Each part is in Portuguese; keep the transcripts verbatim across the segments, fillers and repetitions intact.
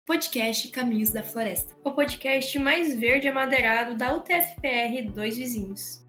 Podcast Caminhos da Floresta, o podcast mais verde amadeirado da U T F P R Dois Vizinhos.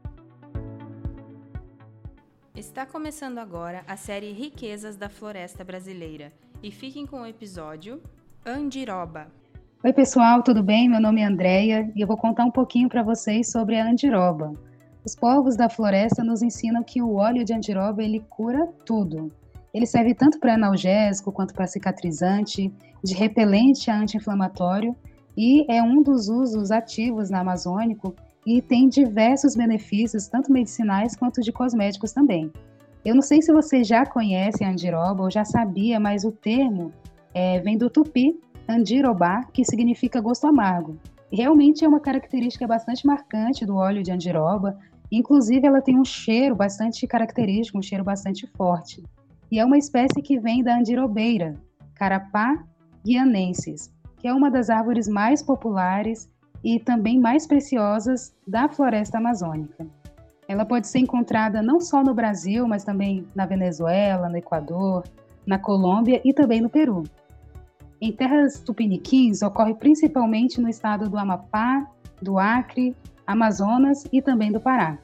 Está começando agora a série Riquezas da Floresta Brasileira e fiquem com o episódio Andiroba. Oi pessoal, tudo bem? Meu nome é Andréia e eu vou contar um pouquinho para vocês sobre a andiroba. Os povos da floresta nos ensinam que o óleo de andiroba ele cura tudo. Ele serve tanto para analgésico quanto para cicatrizante, de repelente a anti-inflamatório e é um dos usos ativos na Amazônico e tem diversos benefícios, tanto medicinais quanto de cosméticos também. Eu não sei se você já conhece a andiroba ou já sabia, mas o termo é, vem do tupi, andirobá, que significa gosto amargo. Realmente é uma característica bastante marcante do óleo de andiroba, inclusive ela tem um cheiro bastante característico, um cheiro bastante forte. E é uma espécie que vem da andirobeira, Carapá guianensis, que é uma das árvores mais populares e também mais preciosas da floresta amazônica. Ela pode ser encontrada não só no Brasil, mas também na Venezuela, no Equador, na Colômbia e também no Peru. Em terras tupiniquins, ocorre principalmente no estado do Amapá, do Acre, Amazonas e também do Pará.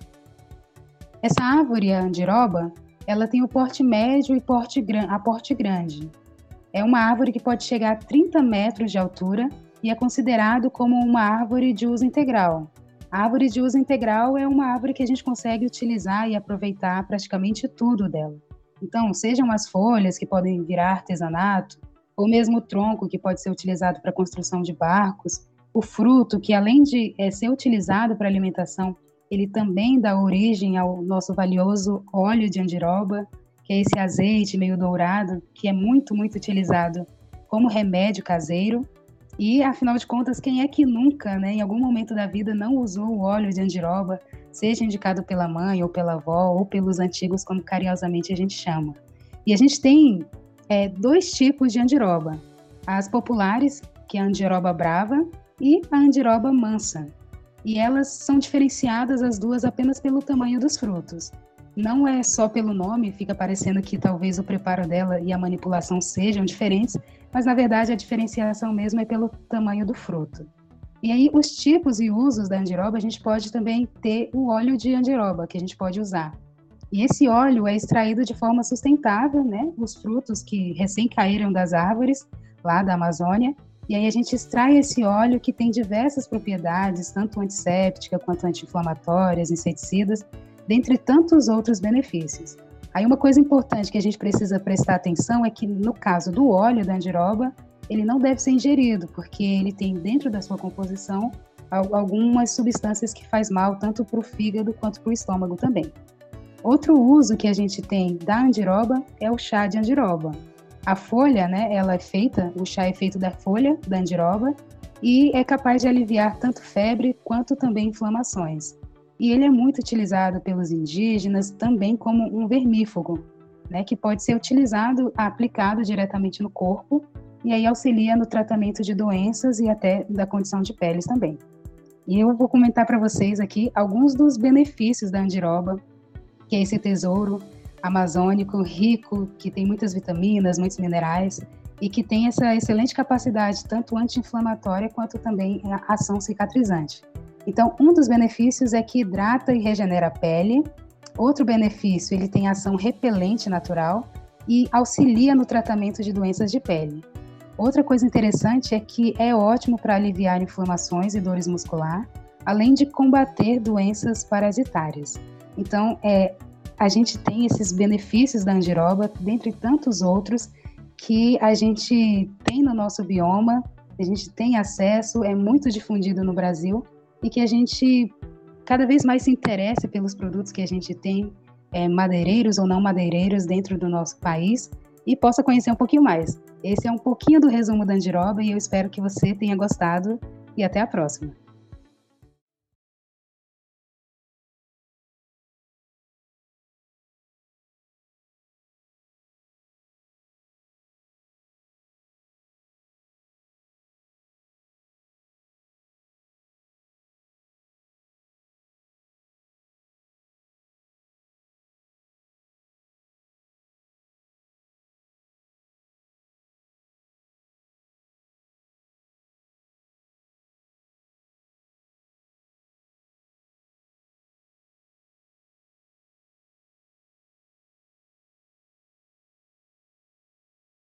Essa árvore, a andiroba, ela tem o porte médio e porte, a porte grande. É uma árvore que pode chegar a trinta metros de altura e é considerado como uma árvore de uso integral. A árvore de uso integral é uma árvore que a gente consegue utilizar e aproveitar praticamente tudo dela. Então, sejam as folhas, que podem virar artesanato, ou mesmo o tronco, que pode ser utilizado para a construção de barcos, o fruto, que além de é, ser utilizado para alimentação, ele também dá origem ao nosso valioso óleo de andiroba, que é esse azeite meio dourado, que é muito, muito utilizado como remédio caseiro. E, afinal de contas, quem é que nunca, né, em algum momento da vida, não usou o óleo de andiroba, seja indicado pela mãe, ou pela avó, ou pelos antigos, como carinhosamente a gente chama. E a gente tem é, dois tipos de andiroba. As populares, que é a andiroba brava, e a andiroba mansa. E elas são diferenciadas as duas apenas pelo tamanho dos frutos. Não é só pelo nome, fica parecendo que talvez o preparo dela e a manipulação sejam diferentes, mas na verdade a diferenciação mesmo é pelo tamanho do fruto. E aí os tipos e usos da andiroba, a gente pode também ter o óleo de andiroba, que a gente pode usar. E esse óleo é extraído de forma sustentável, né? Os frutos que recém caíram das árvores, lá da Amazônia, e aí a gente extrai esse óleo que tem diversas propriedades, tanto antisséptica quanto anti-inflamatórias, inseticidas, dentre tantos outros benefícios. Aí uma coisa importante que a gente precisa prestar atenção é que no caso do óleo da andiroba, ele não deve ser ingerido, porque ele tem dentro da sua composição algumas substâncias que faz mal tanto para o fígado quanto para o estômago também. Outro uso que a gente tem da andiroba é o chá de andiroba. A folha, né, ela é feita, o chá é feito da folha da andiroba e é capaz de aliviar tanto febre quanto também inflamações. E ele é muito utilizado pelos indígenas também como um vermífugo, né, que pode ser utilizado, aplicado diretamente no corpo e aí auxilia no tratamento de doenças e até da condição de peles também. E eu vou comentar para vocês aqui alguns dos benefícios da andiroba, que é esse tesouro amazônico, rico, que tem muitas vitaminas, muitos minerais e que tem essa excelente capacidade tanto anti-inflamatória quanto também a ação cicatrizante. Então, um dos benefícios é que hidrata e regenera a pele. Outro benefício, ele tem ação repelente natural e auxilia no tratamento de doenças de pele. Outra coisa interessante é que é ótimo para aliviar inflamações e dores muscular, além de combater doenças parasitárias. Então, é, a gente tem esses benefícios da andiroba, dentre tantos outros, que a gente tem no nosso bioma, a gente tem acesso, é muito difundido no Brasil, e que a gente cada vez mais se interesse pelos produtos que a gente tem, é, madeireiros ou não madeireiros, dentro do nosso país, e possa conhecer um pouquinho mais. Esse é um pouquinho do resumo da andiroba, e eu espero que você tenha gostado, e até a próxima.